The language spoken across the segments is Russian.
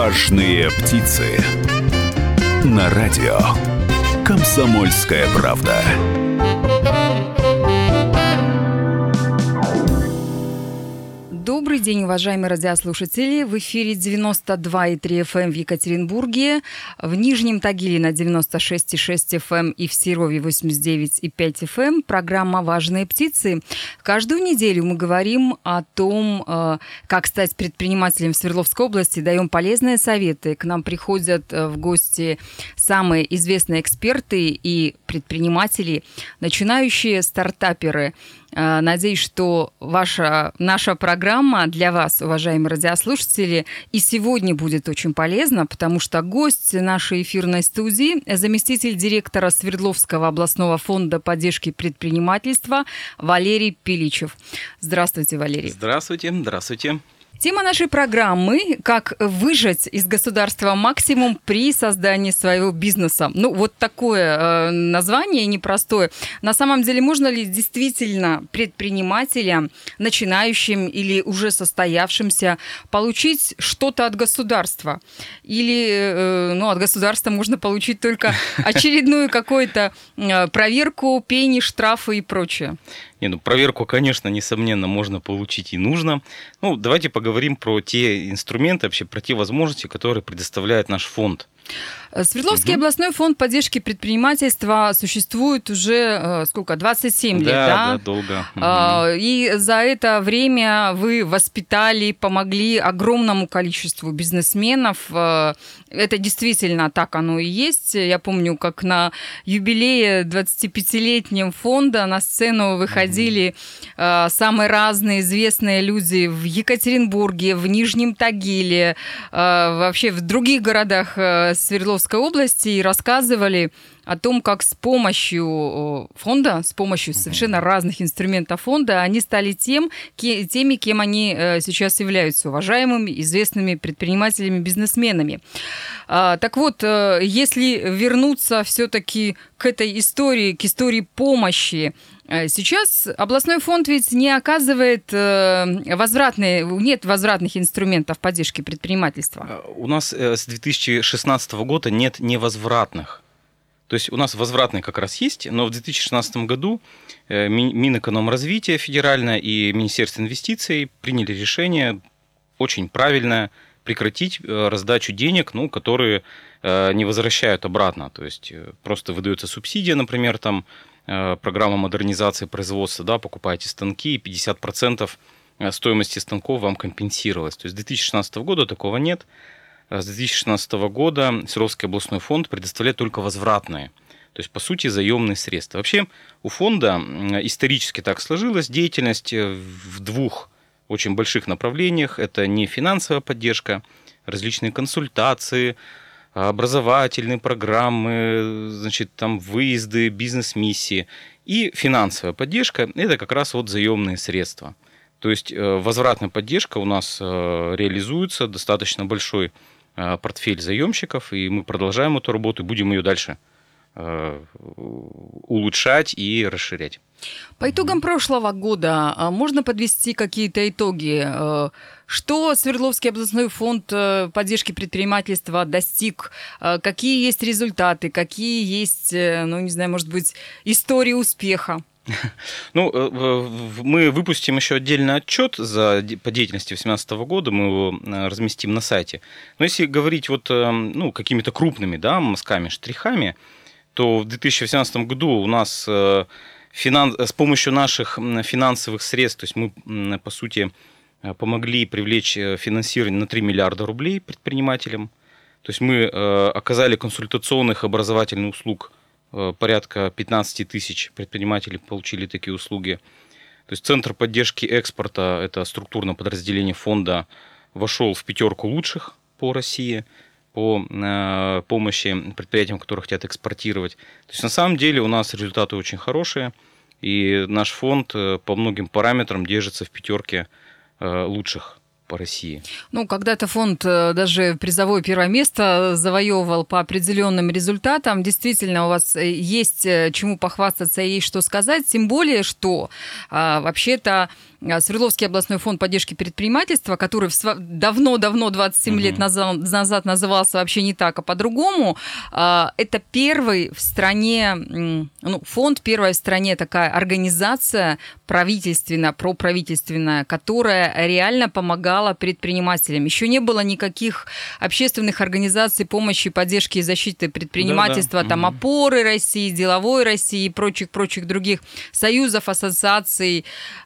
Важные птицы. На радио «Комсомольская правда». Добрый день, уважаемые радиослушатели. В эфире 92,3 FM в Екатеринбурге, в Нижнем Тагиле на 96,6 FM и в Серове 89,5 FM. Программа «Важные птицы». Каждую неделю мы говорим о том, как стать предпринимателем в Свердловской области, даем полезные советы. К нам приходят в гости самые известные эксперты и предприниматели, начинающие стартаперы. Надеюсь, что наша программа для вас, уважаемые радиослушатели, и сегодня будет очень полезна, потому что гость нашей эфирной студии, заместитель директора Свердловского областного фонда поддержки предпринимательства Валерий Пиличев. Здравствуйте, Валерий. Здравствуйте, здравствуйте. Тема нашей программы – как выжать из государства максимум при создании своего бизнеса. Вот такое название непростое. На самом деле, можно ли действительно предпринимателям, начинающим или уже состоявшимся, получить что-то от государства? Или от государства можно получить только очередную какую-то проверку, пени, штрафы и прочее? Проверку, конечно, несомненно, можно получить и нужно. Давайте поговорим про те инструменты, вообще про те возможности, которые предоставляет наш фонд. Свердловский областной фонд поддержки предпринимательства существует уже 27 лет, да? Да, долго. И за это время вы воспитали, помогли огромному количеству бизнесменов. Это действительно так оно и есть. Я помню, как на юбилее 25-летнем фонда на сцену выходили самые разные известные люди в Екатеринбурге, в Нижнем Тагиле, вообще в других городах Свердловской области и рассказывали о том, как с помощью фонда, с помощью совершенно разных инструментов фонда, они стали теми, кем они сейчас являются, уважаемыми, известными предпринимателями, бизнесменами. Так вот, если вернуться все-таки к этой истории, к истории помощи, сейчас областной фонд ведь не оказывает нет возвратных инструментов поддержки предпринимательства. У нас с 2016 года нет невозвратных. То есть у нас возвратные как раз есть, но в 2016 году Минэкономразвития федеральное и Министерство инвестиций приняли решение очень правильное прекратить раздачу денег, которые не возвращают обратно. То есть просто выдается субсидия, например, программа модернизации производства, покупаете станки, и 50% стоимости станков вам компенсировалось. То есть с 2016 года такого нет. С 2016 года Свердловский областной фонд предоставляет только возвратные, то есть, по сути, заемные средства. Вообще, у фонда исторически так сложилась деятельность в двух очень больших направлениях. Это не финансовая поддержка, различные консультации, образовательные программы, выезды, бизнес-миссии. И финансовая поддержка – это как раз заемные средства. То есть, возвратная поддержка у нас реализуется, достаточно большой портфель заемщиков, и мы продолжаем эту работу и будем ее дальше улучшать и расширять. По итогам прошлого года можно подвести какие-то итоги? Что Свердловский областной фонд поддержки предпринимательства достиг? Какие есть результаты? Какие есть, может быть, истории успеха? Мы выпустим еще отдельный отчет по деятельности 2018 года, мы его разместим на сайте. Но если говорить какими-то крупными мазками, штрихами, то в 2018 году у нас с помощью наших финансовых средств, то есть мы, по сути, помогли привлечь финансирование на 3 миллиарда рублей предпринимателям. То есть мы оказали консультационных образовательных услуг порядка 15 тысяч предпринимателей получили такие услуги. То есть Центр поддержки экспорта, это структурное подразделение фонда, вошел в 5 лучших по России по помощи предприятиям, которые хотят экспортировать. То есть на самом деле у нас результаты очень хорошие, и наш фонд по многим параметрам держится в 5 лучших по России. Когда-то фонд даже призовое 1 место завоевывал по определенным результатам. Действительно, у вас есть чему похвастаться и есть что сказать. Тем более, что вообще-то Свердловский областной фонд поддержки предпринимательства, который давно-давно, 27 лет назад назывался вообще не так, а по-другому. Это первый в стране, фонд, первая в стране такая организация правительственная, проправительственная, которая реально помогала предпринимателям. Еще не было никаких общественных организаций помощи, поддержки и защиты предпринимательства, там «Опоры России», «Деловой России» и прочих других союзов, ассоциаций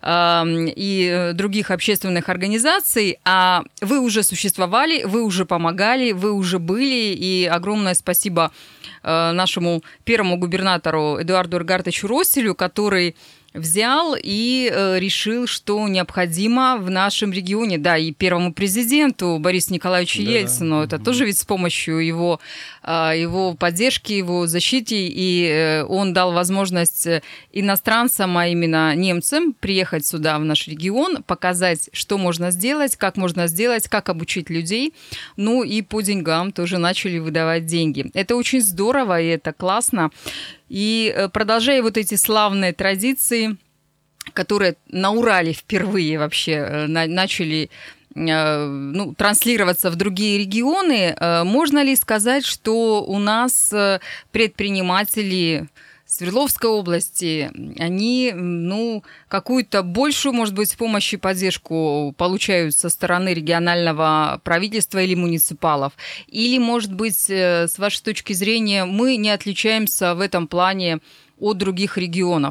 и других общественных организаций. А вы уже существовали, вы уже помогали, вы уже были, и огромное спасибо нашему первому губернатору Эдуарду Эргартовичу Росселю, который взял и решил, что необходимо в нашем регионе, да, и первому президенту Борису Николаевичу Ельцину, это тоже ведь с помощью его поддержки, его защиты, и он дал возможность иностранцам, а именно немцам, приехать сюда, в наш регион, показать, что можно сделать, как обучить людей, ну и по деньгам тоже начали выдавать деньги. Это очень здорово, и это классно. И продолжая вот эти славные традиции, которые на Урале впервые вообще начали транслироваться в другие регионы, можно ли сказать, что у нас предприниматели Свердловской области, они, какую-то большую, может быть, помощь и поддержку получают со стороны регионального правительства или муниципалов? Или, может быть, с вашей точки зрения, мы не отличаемся в этом плане от других регионов?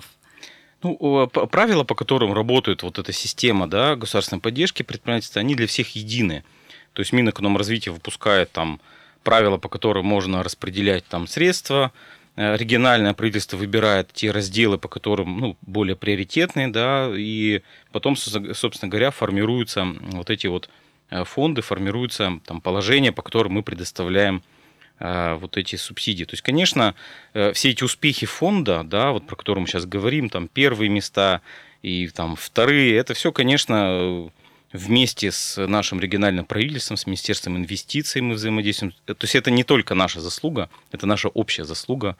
Правила, по которым работает вот эта система, да, государственной поддержки предпринимательства, они для всех едины. То есть Минэкономразвития выпускает там правила, по которым можно распределять там средства. Региональное правительство выбирает те разделы, по которым более приоритетные, да, и потом, собственно говоря, формируются вот эти вот фонды, формируются там положения, по которым мы предоставляем вот эти субсидии. То есть, конечно, все эти успехи фонда, да, вот про которые мы сейчас говорим, там первые места и там вторые, это все, конечно, вместе с нашим региональным правительством, с Министерством инвестиций мы взаимодействуем. То есть это не только наша заслуга, это наша общая заслуга,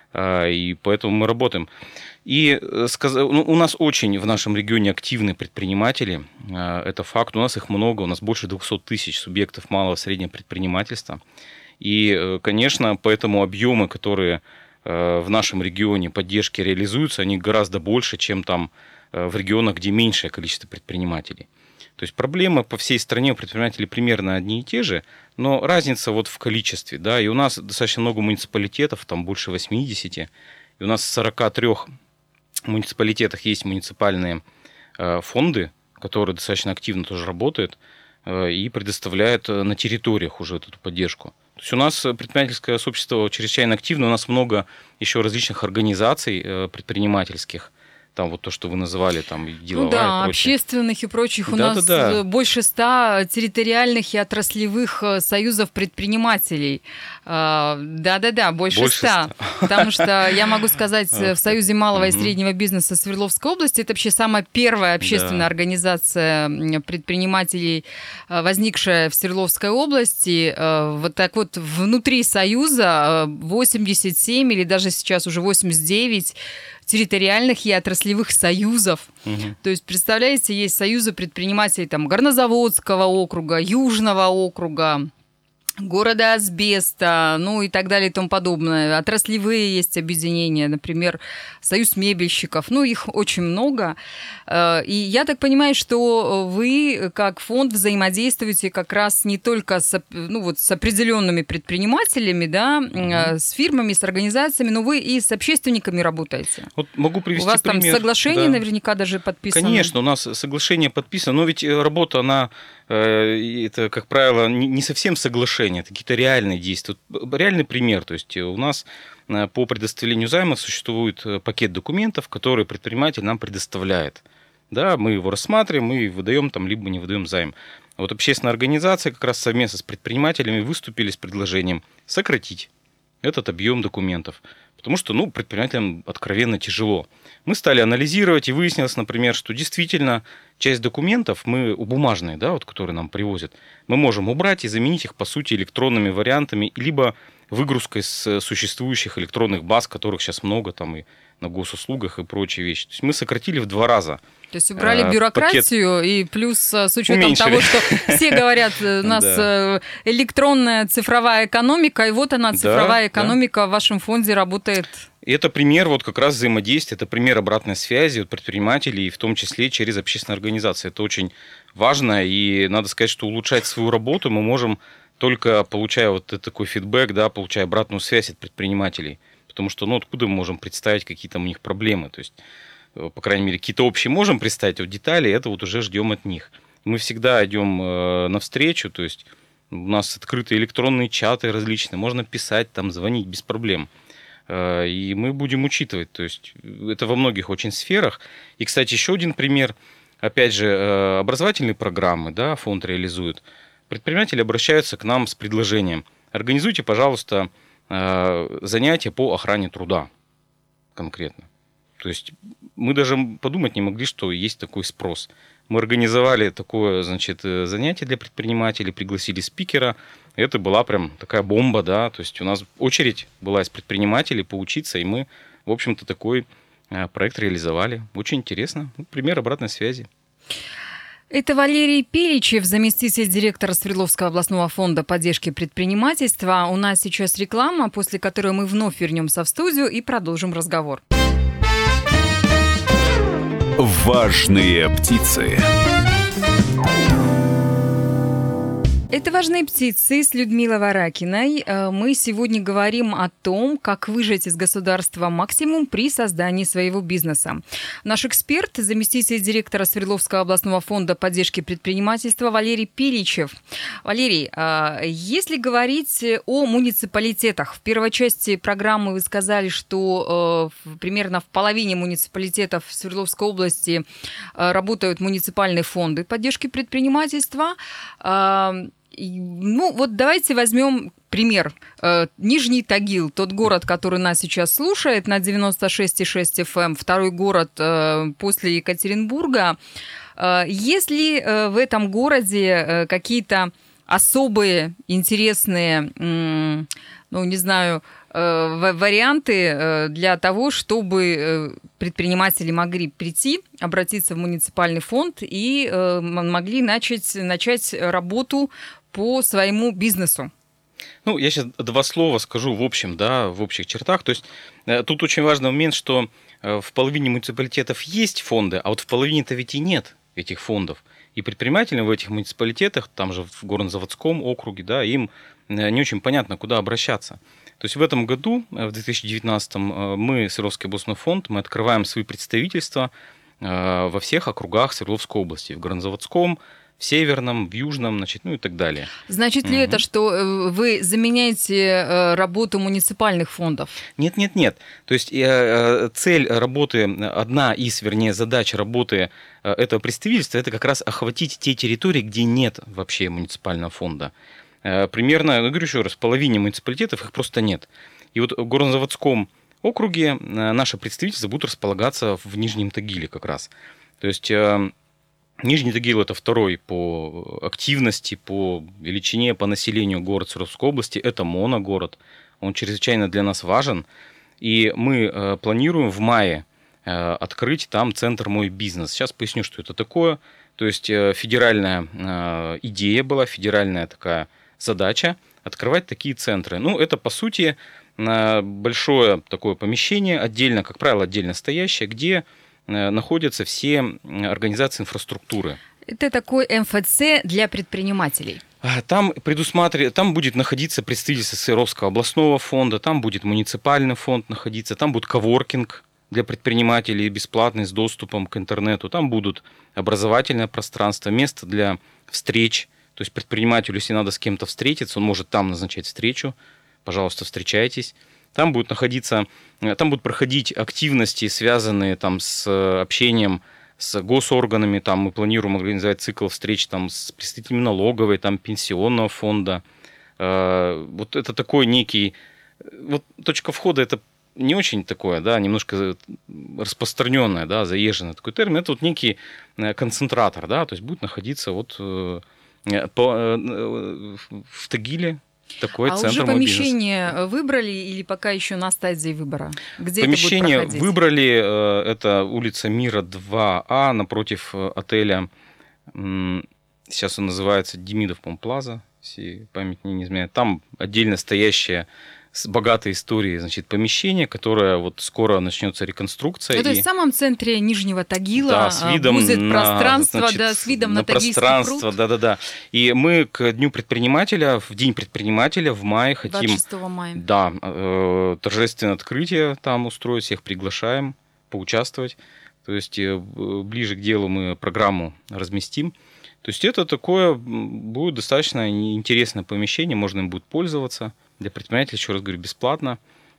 и поэтому мы работаем. И у нас очень в нашем регионе активные предприниматели, это факт, у нас их много, у нас больше 200 тысяч субъектов малого и среднего предпринимательства. И, конечно, поэтому объемы, которые в нашем регионе поддержки реализуются, они гораздо больше, чем там в регионах, где меньшее количество предпринимателей. То есть проблемы по всей стране у предпринимателей примерно одни и те же, но разница вот в количестве. Да, и у нас достаточно много муниципалитетов, там больше 80, и у нас в 43 муниципалитетах есть муниципальные фонды, которые достаточно активно тоже работают и предоставляют на территориях уже эту поддержку. То есть у нас предпринимательское сообщество чрезвычайно активно, у нас много еще различных организаций предпринимательских, там вот то, что вы называли, там деловая и прочее. Общественных и прочих. У нас больше 100 территориальных и отраслевых союзов предпринимателей. Больше 100. Потому что я могу сказать, в Союзе малого и среднего бизнеса Свердловской области это вообще самая первая общественная организация предпринимателей, возникшая в Свердловской области. Вот так вот внутри Союза 87 или даже сейчас уже 89 территориальных и отраслевых союзов. То есть, представляете, есть союзы предпринимателей там, Горнозаводского округа, Южного округа, города Асбеста, и так далее и тому подобное. Отраслевые есть объединения, например, Союз мебельщиков, их очень много. И я так понимаю, что вы, как фонд, взаимодействуете как раз не только с определенными предпринимателями, да, с фирмами, с организациями, но вы и с общественниками работаете. Вот могу привести пример. У вас пример. Там соглашение наверняка даже подписано. Конечно, у нас соглашение подписано, но ведь работа, она, это, как правило, не совсем соглашение, это какие-то реальные действия. Реальный пример, то есть у нас по предоставлению займа существует пакет документов, который предприниматель нам предоставляет. Да, мы его рассматриваем и выдаем там, либо не выдаем займ. Вот общественная организация как раз совместно с предпринимателями выступили с предложением сократить этот объем документов. Потому что, предпринимателям откровенно тяжело. Мы стали анализировать, и выяснилось, например, что действительно часть документов мы бумажные, да, вот, которые нам привозят, мы можем убрать и заменить их, по сути, электронными вариантами, либо выгрузкой с существующих электронных баз, которых сейчас много, там и на госуслугах и прочие вещи. То есть мы сократили в 2 раза. То есть убрали бюрократию и плюс с учетом уменьшили. того, что все говорят, у нас электронная цифровая экономика, и вот она, цифровая экономика в вашем фонде работает. И это пример вот как раз взаимодействия, это пример обратной связи от предпринимателей, в том числе через общественные организации. Это очень важно, и надо сказать, что улучшать свою работу мы можем только получая вот такой фидбэк, да, получая обратную связь от предпринимателей. Потому что, откуда мы можем представить какие-то у них проблемы? То есть, по крайней мере, какие-то общие можем представить, а вот детали это вот уже ждем от них. Мы всегда идем навстречу, то есть у нас открытые электронные чаты различные, можно писать, там, звонить без проблем. И мы будем учитывать, то есть это во многих очень сферах. И, кстати, еще один пример, опять же, образовательные программы, да, фонд реализует. Предприниматели обращаются к нам с предложением: организуйте, пожалуйста, занятия по охране труда конкретно. То есть мы даже подумать не могли, что есть такой спрос. Мы организовали такое, занятие для предпринимателей, пригласили спикера. Это была прям такая бомба, да. То есть у нас очередь была из предпринимателей поучиться, и мы, в общем-то, такой проект реализовали. Очень интересно. Пример обратной связи. Это Валерий Пиличев, заместитель директора Свердловского областного фонда поддержки предпринимательства. У нас сейчас реклама, после которой мы вновь вернемся в студию и продолжим разговор. Важные птицы. Это «Важные птицы» с Людмилой Варакиной. Мы сегодня говорим о том, как выжать из государства максимум при создании своего бизнеса. Наш эксперт, заместитель директора Свердловского областного фонда поддержки предпринимательства Валерий Пиличев. Валерий, если говорить о муниципалитетах, в первой части программы вы сказали, что примерно в половине муниципалитетов Свердловской области работают муниципальные фонды поддержки предпринимательства. Вот давайте возьмем пример. Нижний Тагил, тот город, который нас сейчас слушает на 96,6 FM, второй город после Екатеринбурга. Есть ли в этом городе какие-то особые, интересные, варианты для того, чтобы предприниматели могли прийти, обратиться в муниципальный фонд и могли начать работу по своему бизнесу? Я сейчас 2 слова скажу в общих чертах. То есть тут очень важный момент, что в половине муниципалитетов есть фонды, а вот в половине-то ведь и нет этих фондов. И предпринимателям в этих муниципалитетах, там же в Горно-Заводском округе, да, им не очень понятно, куда обращаться. То есть в этом году, в 2019, мы, Свердловский областной фонд, мы открываем свои представительства во всех округах Свердловской области. В Горно-Заводском, в Северном, в Южном, и так далее. Значит ли это, что вы заменяете работу муниципальных фондов? Нет. То есть цель работы, задач работы этого представительства, это как раз охватить те территории, где нет вообще муниципального фонда. Примерно, говорю еще раз, в половине муниципалитетов их просто нет. И вот в Горно-Заводском округе наши представительства будут располагаться в Нижнем Тагиле как раз. То есть Нижний Тагил – это второй по активности, по величине, по населению город Свердловской области. Это моногород. Он чрезвычайно для нас важен. И мы планируем в мае открыть там центр «Мой бизнес». Сейчас поясню, что это такое. То есть федеральная идея была, федеральная такая задача открывать такие центры. Это, по сути, большое такое помещение, отдельно, как правило, отдельно стоящее, где находятся все организации инфраструктуры. Это такой МФЦ для предпринимателей. Там будет находиться представительство Свердловского областного фонда, там будет муниципальный фонд находиться, там будет коворкинг для предпринимателей бесплатный с доступом к интернету, там будут образовательное пространство, место для встреч. То есть предпринимателю, если надо с кем-то встретиться, он может там назначать встречу. Пожалуйста, встречайтесь. Там будут проходить активности, связанные с общением с госорганами. Там мы планируем организовать цикл встреч с представителями налоговой, пенсионного фонда. Вот это такой некий... Вот точка входа это не очень такое, немножко распространенное, заезженный такой термин. Это вот некий концентратор, то есть будет находиться в Тагиле, Такой А центр уже «Мой бизнес». помещение выбрали или пока еще на стадии выбора? Где Помещение это будет проходить? выбрали, это улица Мира 2А, напротив отеля, сейчас он называется Демидов, по-моему, Плаза, если память мне не изменяет. Там отдельно стоящее с богатой историей, значит, помещение, которое вот скоро начнется реконструкция. То есть в самом центре Нижнего Тагила да, с видом будет на, пространство, значит, да, с видом на Тагильский пространство, пруд. да. И мы к Дню предпринимателя, в День предпринимателя в мае хотим 26 мая. да, торжественное открытие там устроить, всех приглашаем поучаствовать. То есть ближе к делу мы программу разместим. То есть это такое будет достаточно интересное помещение, можно им будет пользоваться. Для предпринимателей, еще раз говорю, бесплатно.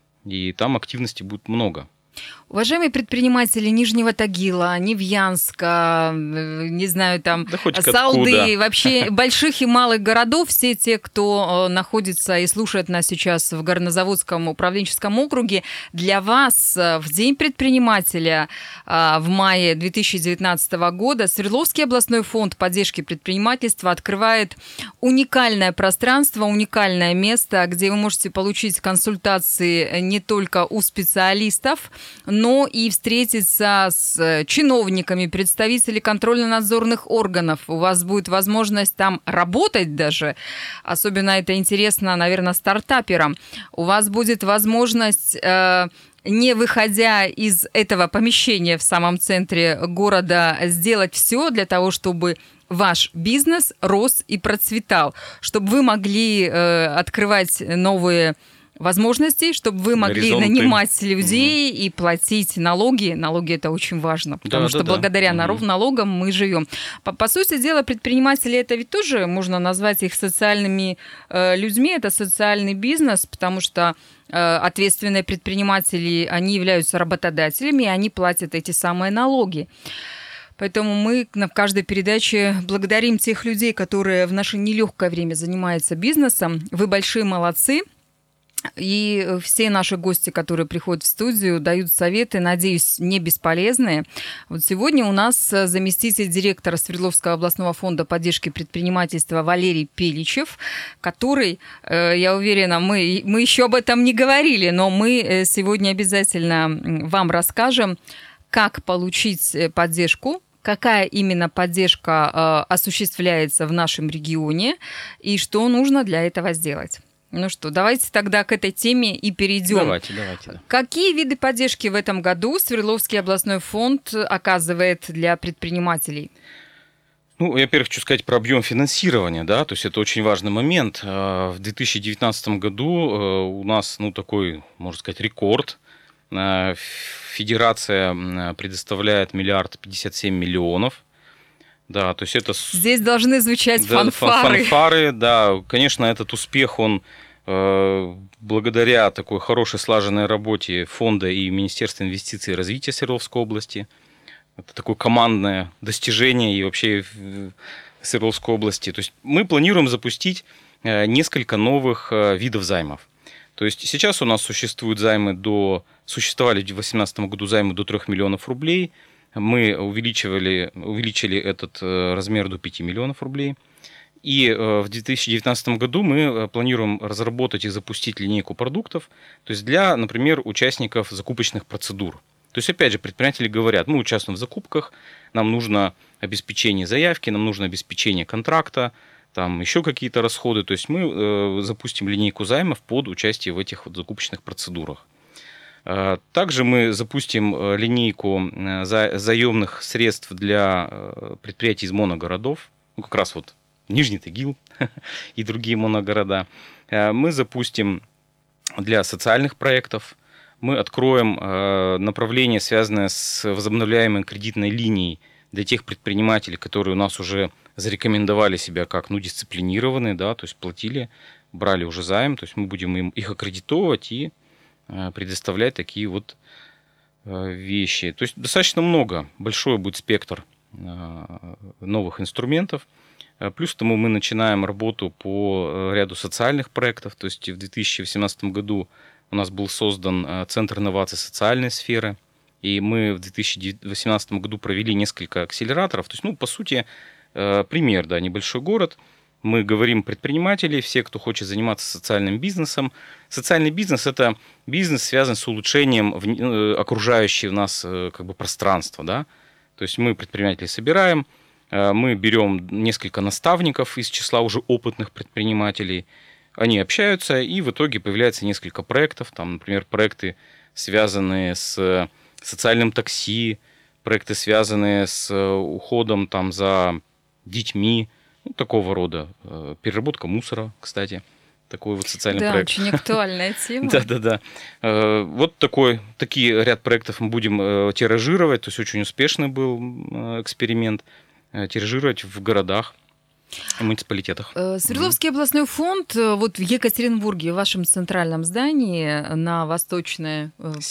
И там активности будет много. Уважаемые предприниматели Нижнего Тагила, Невьянска, не знаю, там, да хоть Салды, откуда. вообще больших и малых городов, все те, кто находится и слушает нас сейчас в Горнозаводском управленческом округе, для вас в День предпринимателя в мае 2019 года Свердловский областной фонд поддержки предпринимательства открывает уникальное пространство, уникальное место, где вы можете получить консультации не только у специалистов, но и встретиться с чиновниками, представителями контрольно-надзорных органов. У вас будет возможность там работать даже. Особенно это интересно, наверное, стартаперам. У вас будет возможность, не выходя из этого помещения в самом центре города, сделать все для того, чтобы ваш бизнес рос и процветал, чтобы вы могли открывать новые возможностей, чтобы вы могли горизонты. нанимать людей и платить налоги. Налоги – это очень важно, потому что благодаря налогам мы живем. По сути дела, предприниматели – это ведь тоже можно назвать их социальными людьми, это социальный бизнес, потому что ответственные предприниматели, они являются работодателями, и они платят эти самые налоги. Поэтому мы в каждой передаче благодарим тех людей, которые в наше нелегкое время занимаются бизнесом. Вы большие молодцы. И все наши гости, которые приходят в студию, дают советы, надеюсь, не бесполезные. Вот сегодня у нас заместитель директора Свердловского областного фонда поддержки предпринимательства Валерий Пеличев, который, я уверена, мы еще об этом не говорили, но мы сегодня обязательно вам расскажем, как получить поддержку, какая именно поддержка осуществляется в нашем регионе и что нужно для этого сделать. Ну что, давайте тогда к этой теме и перейдем. Давайте. Да. Какие виды поддержки в этом году Свердловский областной фонд оказывает для предпринимателей? Ну, я, во-первых, хочу сказать про объем финансирования, да, то есть это очень важный момент. В 2019 году у нас, такой, можно сказать, рекорд. Федерация предоставляет 1,057 миллиарда. Да, то есть это... Здесь должны звучать фанфары. Фанфары, да. Конечно, этот успех, он благодаря такой хорошей слаженной работе фонда и Министерства инвестиций и развития Свердловской области. Это такое командное достижение и вообще Свердловской области. То есть мы планируем запустить несколько новых видов займов. То есть сейчас у нас существовали в 2018 году займы до 3 миллионов рублей. Мы увеличили этот размер до 5 миллионов рублей. И в 2019 году мы планируем разработать и запустить линейку продуктов, то есть для, например, участников закупочных процедур. То есть, опять же, предприниматели говорят, мы участвуем в закупках, нам нужно обеспечение заявки, нам нужно обеспечение контракта, там еще какие-то расходы. То есть мы запустим линейку займов под участие в этих закупочных процедурах. Также мы запустим линейку заемных средств для предприятий из моногородов, как раз вот Нижний Тагил и другие моногорода. Мы запустим для социальных проектов. Мы откроем направление, связанное с возобновляемой кредитной линией для тех предпринимателей, которые у нас уже зарекомендовали себя как дисциплинированные, да, то есть платили, брали уже займ. То есть мы будем их аккредитовать и предоставлять такие вот вещи. То есть достаточно много, большой будет спектр новых инструментов. Плюс к тому мы начинаем работу по ряду социальных проектов. То есть в 2018 году у нас был создан Центр инноваций социальной сферы. И мы в 2018 году провели несколько акселераторов. То есть, по сути, пример, да, небольшой город. мы говорим предприниматели, все, кто хочет заниматься социальным бизнесом. Социальный бизнес – это бизнес, связанный с улучшением окружающего нас как бы пространства. Да? То есть мы предприниматели собираем, мы берем несколько наставников из числа уже опытных предпринимателей, они общаются, и в итоге появляется несколько проектов. Там, например, проекты, связанные с социальным такси, проекты, связанные с уходом там, за детьми, такого рода. Переработка мусора, кстати. Такой вот социальный проект. Да, очень актуальная тема. Да. Вот такие ряд проектов мы будем тиражировать. То есть очень успешный был эксперимент. Тиражировать в городах и муниципалитетах. Свердловский областной фонд вот в Екатеринбурге, в вашем центральном здании на Восточное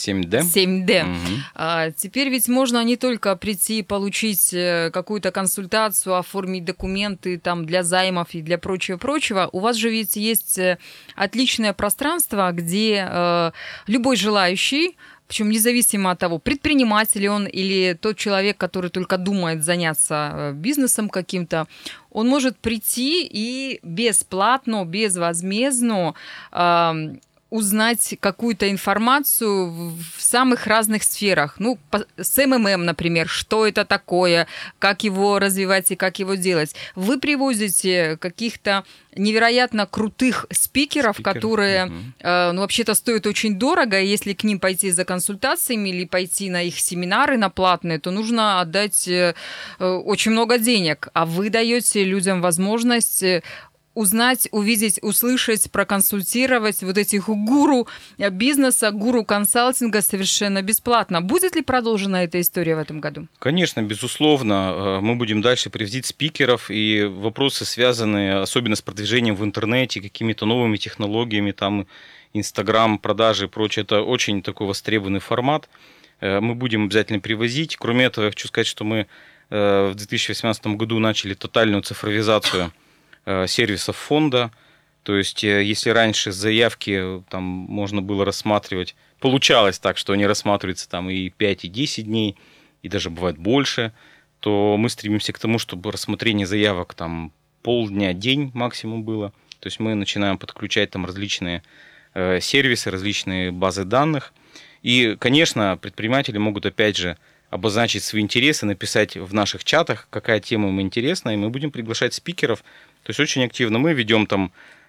7D. Теперь ведь можно не только прийти и получить какую-то консультацию, оформить документы там, для займов и для прочего. У вас же ведь есть отличное пространство, где любой желающий, причем независимо от того, предприниматель он или тот человек, который только думает заняться бизнесом каким-то, он может прийти и бесплатно, безвозмездно узнать какую-то информацию в самых разных сферах. Ну, с МММ, например, что это такое, как его развивать и как его делать. Вы привозите каких-то невероятно крутых спикеров, которые вообще-то стоят очень дорого, и если к ним пойти за консультациями или пойти на их семинары, на платные, то нужно отдать очень много денег. А вы даете людям возможность узнать, увидеть, услышать, проконсультировать вот этих гуру бизнеса, гуру консалтинга совершенно бесплатно. Будет ли продолжена эта история в этом году? Конечно, безусловно. Мы будем дальше привозить спикеров, и вопросы, связанные особенно с продвижением в интернете, какими-то новыми технологиями, там Инстаграм, продажи и прочее, это очень такой востребованный формат. Мы будем обязательно привозить. Кроме этого, я хочу сказать, что мы в 2018 году начали тотальную цифровизацию сервисов фонда. То есть, если раньше заявки там можно было рассматривать, получалось так, что они рассматриваются там и 5, и 10 дней, и даже бывает больше, то мы стремимся к тому, чтобы рассмотрение заявок там полдня, день максимум было. То есть мы начинаем подключать там различные сервисы, различные базы данных. И, конечно, предприниматели могут опять же обозначить свои интересы, написать в наших чатах, какая тема им интересна, и мы будем приглашать спикеров. То есть очень активно мы ведем там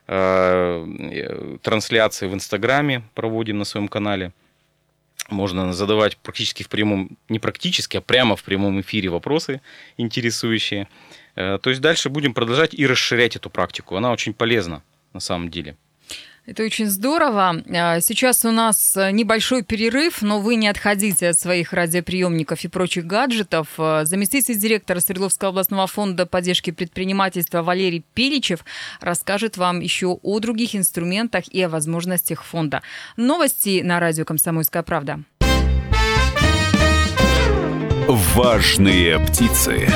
трансляции в Инстаграме, проводим на своем канале. Можно задавать практически в прямом, не практически, а прямо в прямом эфире вопросы интересующие. То есть дальше будем продолжать и расширять эту практику. Она очень полезна на самом деле. Это очень здорово. Сейчас у нас небольшой перерыв, но вы не отходите от своих радиоприемников и прочих гаджетов. Заместитель директора Свердловского областного фонда поддержки предпринимательства Валерий Пиличев расскажет вам еще о других инструментах и о возможностях фонда. Новости на радио «Комсомольская правда». Важные птицы.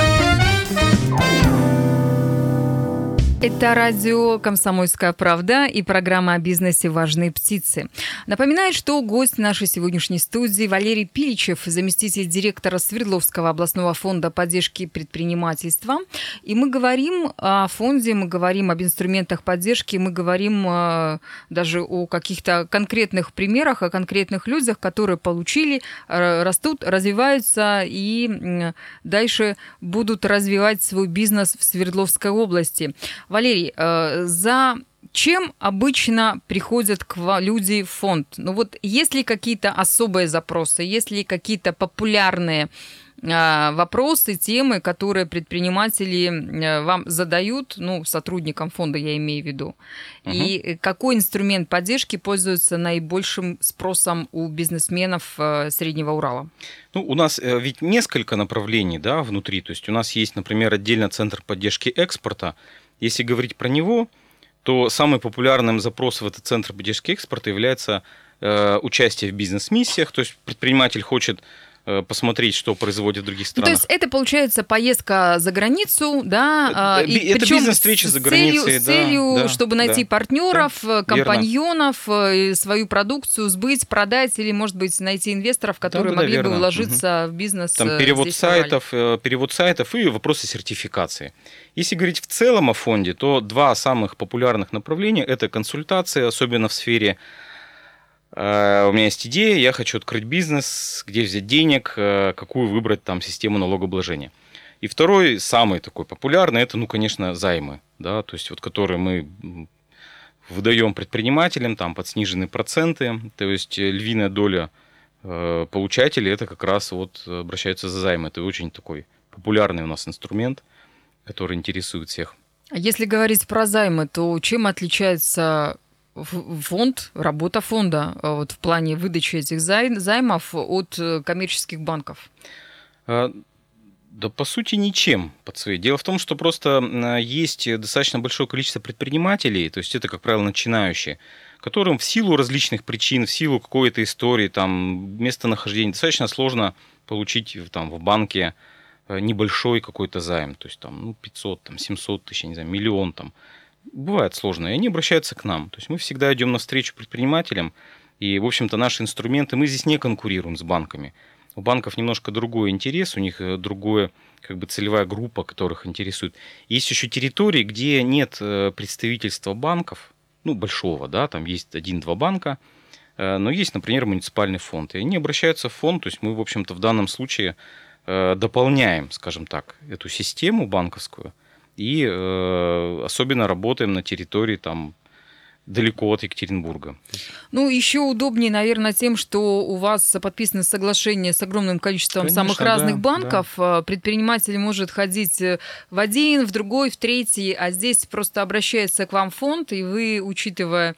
Это радио «Комсомольская правда» и программа о бизнесе «Важные птицы». Напоминаю, что гость нашей сегодняшней студии Валерий Пиличев, заместитель директора Свердловского областного фонда поддержки предпринимательства. И мы говорим о фонде, мы говорим об инструментах поддержки, мы говорим даже о каких-то конкретных примерах, о конкретных людях, которые получили, растут, развиваются и дальше будут развивать свой бизнес в Свердловской области. Валерий, за чем обычно приходят люди в фонд? Ну вот есть ли какие-то особые запросы, есть ли какие-то популярные вопросы, темы, которые предприниматели вам задают, ну, сотрудникам фонда я имею в виду, и какой инструмент поддержки пользуется наибольшим спросом у бизнесменов Среднего Урала? Ну, у нас ведь несколько направлений, да, внутри, то есть у нас есть, например, отдельно Центр поддержки экспорта. Если говорить про него, то самый популярным запросом в этот Центр поддержки экспорта является участие в бизнес-миссиях, то есть предприниматель хочет посмотреть, что производят в других Ну, странах. то есть это, получается, поездка за границу, да? Это причем бизнес-встреча за границей, с целью, да, чтобы найти да, партнеров, да, компаньонов, свою продукцию сбыть, продать, или, может быть, найти инвесторов, которые могли бы верно. вложиться в бизнес. Там перевод здесь, сайтов и вопросы сертификации. Если говорить в целом о фонде, то два самых популярных направления – это консультации, особенно в сфере «у меня есть идея, я хочу открыть бизнес, где взять денег, какую выбрать там систему налогообложения». И второй, самый такой популярный – это, конечно, займы, да, то есть вот которые мы выдаем предпринимателям там, под сниженные проценты, то есть львиная доля получателей – это как раз вот обращаются за займы. Это очень такой популярный у нас инструмент, который интересует всех. Если говорить про займы, то чем отличается фонд, работа фонда вот в плане выдачи этих займов от коммерческих банков? Да, по сути, ничем под своей. Дело в том, что просто есть достаточно большое количество предпринимателей, то есть это, как правило, начинающие, которым в силу различных причин, в силу какой-то истории, там, местонахождения, достаточно сложно получить там, в банке небольшой какой-то займ, то есть там, 500, там, 700 тысяч, не знаю, миллион там. Бывает сложно, и они обращаются к нам. То есть мы всегда идем навстречу предпринимателям, и, в общем-то, наши инструменты, мы здесь не конкурируем с банками. У банков немножко другой интерес, у них другая как бы целевая группа, которых интересует. Есть еще территории, где нет представительства банков, большого, да, там есть 1-2 банка, но есть, например, муниципальный фонд, и они обращаются в фонд, то есть мы, в общем-то, в данном случае дополняем, скажем так, эту систему банковскую и особенно работаем на территории там далеко от Екатеринбурга. Еще удобнее, наверное, тем, что у вас подписано соглашение с огромным количеством самых разных банков. Да. Предприниматель может ходить в один, в другой, в третий, а здесь просто обращается к вам фонд, и вы, учитывая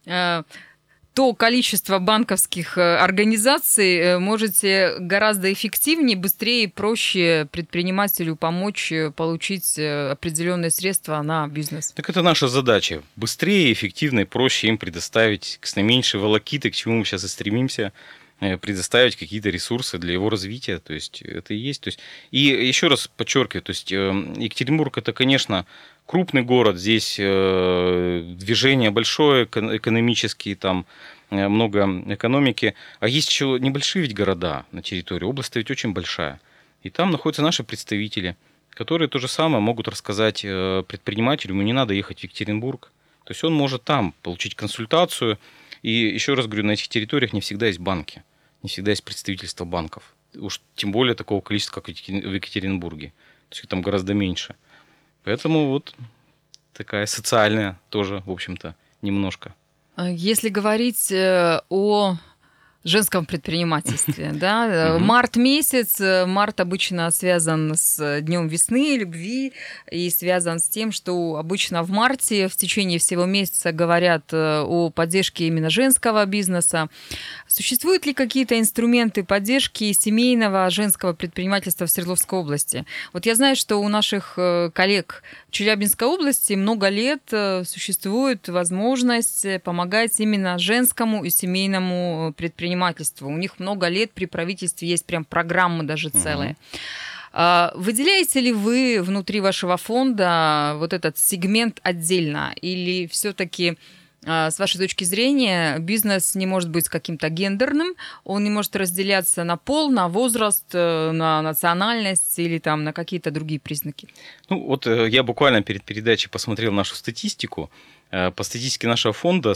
то количество банковских организаций, можете гораздо эффективнее, быстрее и проще предпринимателю помочь получить определенные средства на бизнес. Так это наша задача. Быстрее, эффективно и проще им предоставить с наименьшей волокитой, к чему мы сейчас и стремимся, предоставить какие-то ресурсы для его развития. То есть это и есть. То есть, и еще раз подчеркиваю, то есть Екатеринбург – это, конечно, крупный город, здесь движение большое, экономические, там много экономики. А есть еще небольшие ведь города на территории, область ведь очень большая. И там находятся наши представители, которые то же самое могут рассказать предпринимателю, ему не надо ехать в Екатеринбург. То есть он может там получить консультацию. И еще раз говорю, на этих территориях не всегда есть банки, не всегда есть представительство банков. Уж тем более такого количества, как в Екатеринбурге. То есть там гораздо меньше. Поэтому вот такая социальная тоже, в общем-то, немножко. Если говорить о женском предпринимательстве, да, март месяц, март обычно связан с Днем весны, любви, и связан с тем, что обычно в марте в течение всего месяца говорят о поддержке именно женского бизнеса. Существуют ли какие-то инструменты поддержки семейного женского предпринимательства в Свердловской области? Вот я знаю, что у наших коллег в Челябинской области много лет существует возможность помогать именно женскому и семейному предпринимательству. У них много лет при правительстве есть прям программы даже целые. Выделяете ли вы внутри вашего фонда вот этот сегмент отдельно? Или все-таки, с вашей точки зрения, бизнес не может быть каким-то гендерным, он не может разделяться на пол, на возраст, на национальность или там на какие-то другие признаки? Я буквально перед передачей посмотрел нашу статистику. По статистике нашего фонда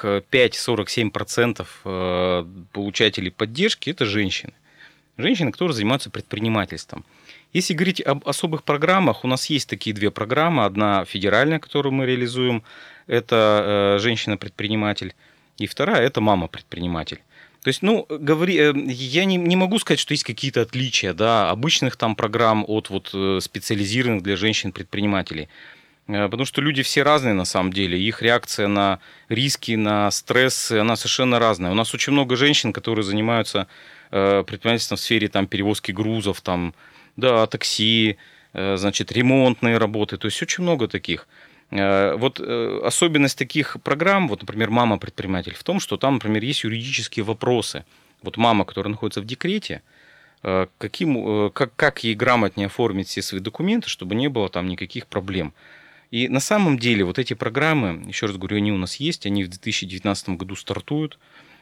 45-47% получателей поддержки – это женщины. Женщины, которые занимаются предпринимательством. Если говорить об особых программах, у нас есть такие две программы. Одна федеральная, которую мы реализуем, это женщина-предприниматель. И вторая – это мама-предприниматель. То есть, я не могу сказать, что есть какие-то отличия, да, обычных там программ от специализированных для женщин-предпринимателей. Потому что люди все разные на самом деле, их реакция на риски, на стресс, она совершенно разная. У нас очень много женщин, которые занимаются предпринимательством в сфере там, перевозки грузов, там, да, такси, ремонтные работы, то есть очень много таких. Особенность таких программ, например, «Мама-предприниматель», в том, что там, например, есть юридические вопросы. Мама, которая находится в декрете, как ей грамотнее оформить все свои документы, чтобы не было там никаких проблем. И на самом деле вот эти программы, еще раз говорю, они у нас есть, они в 2019 году стартуют.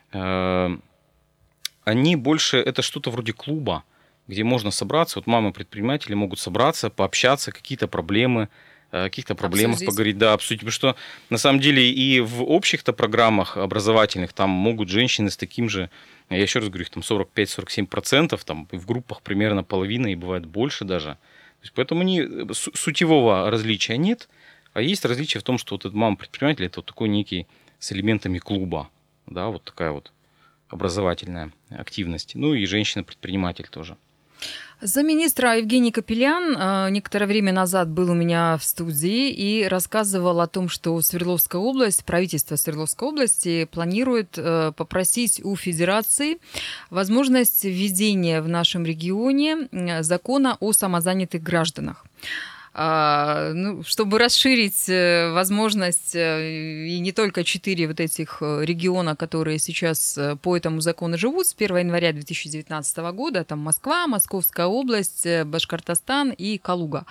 Они больше, это что-то вроде клуба, где можно собраться, вот мамы-предприниматели могут собраться, пообщаться, какие-то проблемы, о каких-то проблемах поговорить, да, обсудить. Потому что на самом деле и в общих-то программах образовательных там могут женщины с таким же, я еще раз говорю, их там 45-47%, там в группах примерно половина и бывает больше даже. То есть, поэтому сутевого различия нет, а есть различие в том, что вот этот мама-предприниматель это вот такой некий с элементами клуба, да, вот такая вот образовательная активность. Ну и женщина-предприниматель тоже. Замминистра Евгений Капелян некоторое время назад был у меня в студии и рассказывал о том, что Свердловская область, правительство Свердловской области планирует попросить у Федерации возможность введения в нашем регионе закона о самозанятых гражданах. Чтобы расширить возможность и не только 4 вот этих региона, которые сейчас по этому закону живут с 1 января 2019 года, там Москва, Московская область, Башкортостан и Калуга.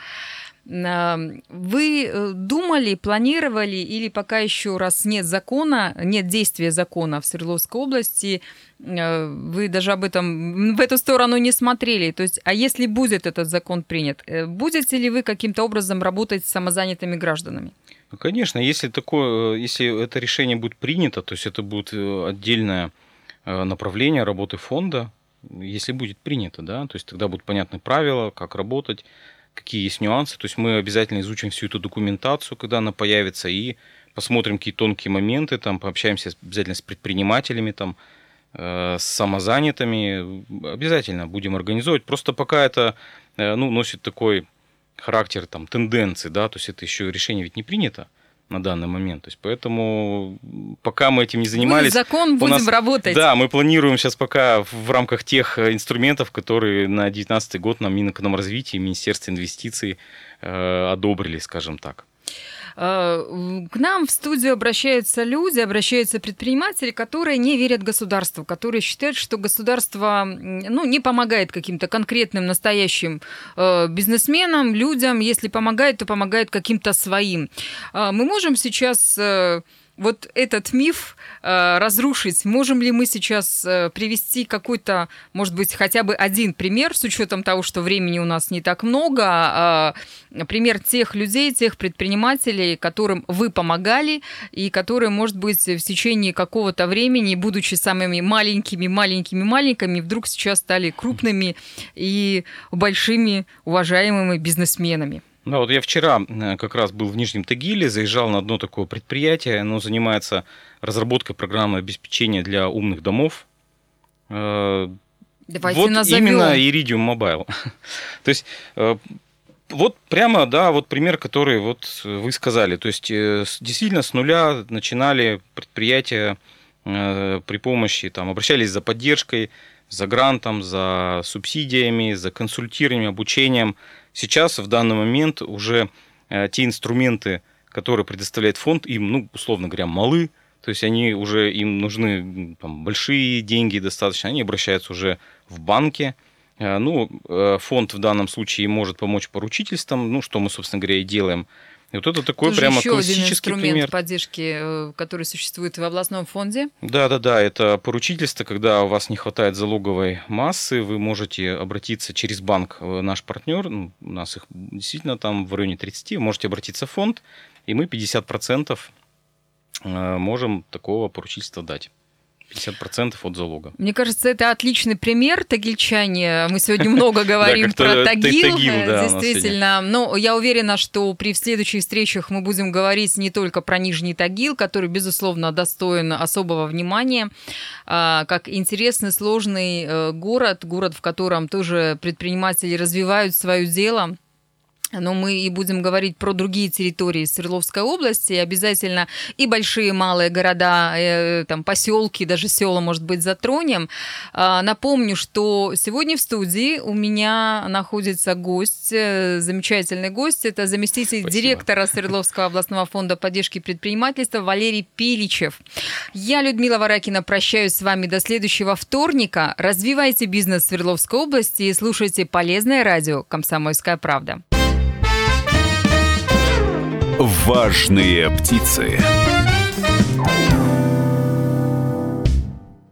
Вы думали, планировали или пока еще раз нет закона, нет действия закона в Свердловской области, вы даже об этом, в эту сторону не смотрели? То есть, а если будет этот закон принят, будете ли вы каким-то образом работать с самозанятыми гражданами? Ну, конечно, если это решение будет принято, то есть это будет отдельное направление работы фонда, если будет принято, да, то есть тогда будут понятны правила, как работать, какие есть нюансы. То есть мы обязательно изучим всю эту документацию, когда она появится, и посмотрим какие тонкие моменты, там, пообщаемся обязательно с предпринимателями, там, с самозанятыми. Обязательно будем организовывать. Просто пока это носит такой характер там, тенденции, да, то есть это еще решение ведь не принято на данный момент. То есть поэтому пока мы этим не занимались... Закон будем работать. Да, мы планируем сейчас пока в рамках тех инструментов, которые на 2019 год нам Минэкономразвития и Министерство инвестиций одобрили, скажем так. К нам в студию обращаются люди, обращаются предприниматели, которые не верят государству, которые считают, что государство не помогает каким-то конкретным, настоящим бизнесменам, людям. Если помогает, то помогает каким-то своим. Мы можем сейчас... Вот этот миф разрушить. Можем ли мы сейчас привести какой-то, может быть, хотя бы один пример, с учетом того, что времени у нас не так много, пример тех людей, тех предпринимателей, которым вы помогали, и которые, может быть, в течение какого-то времени, будучи самыми маленькими, вдруг сейчас стали крупными и большими уважаемыми бизнесменами? Да, вот я вчера как раз был в Нижнем Тагиле, заезжал на одно такое предприятие, оно занимается разработкой программного обеспечения для умных домов. Давайте вот назовем. Именно Iridium Mobile. То есть вот прямо, да, вот пример, который вот вы сказали. То есть действительно с нуля начинали предприятия при помощи, там, обращались за поддержкой, за грантом, за субсидиями, за консультированием, обучением. Сейчас, в данный момент, уже те инструменты, которые предоставляет фонд, им, условно говоря, малы, то есть им нужны там, большие деньги достаточно, они обращаются уже в банки. Фонд в данном случае может помочь поручительством, что мы, собственно говоря, и делаем. И вот это такой прямо классический пример. Инструмент поддержки, который существует в областном фонде. Да, это поручительство, когда у вас не хватает залоговой массы, вы можете обратиться через банк, наш партнер, у нас их действительно там в районе 30, вы можете обратиться в фонд, и мы 50% можем такого поручительства дать. 50% от залога. Мне кажется, это отличный пример. Тагильчане, мы сегодня много говорим про Тагил, действительно. Но я уверена, что при следующих встречах мы будем говорить не только про Нижний Тагил, который, безусловно, достоин особого внимания, как интересный, сложный город, в котором тоже предприниматели развивают свое дело. но мы и будем говорить про другие территории Свердловской области, обязательно и большие, и малые города, там, поселки, даже села, может быть, затронем. Напомню, что сегодня в студии у меня находится гость, замечательный гость, это заместитель директора Свердловского областного фонда поддержки предпринимательства Валерий Пиличев. Я, Людмила Варакина, прощаюсь с вами до следующего вторника. Развивайте бизнес в Свердловской области и слушайте полезное радио «Комсомольская правда». Важные птицы.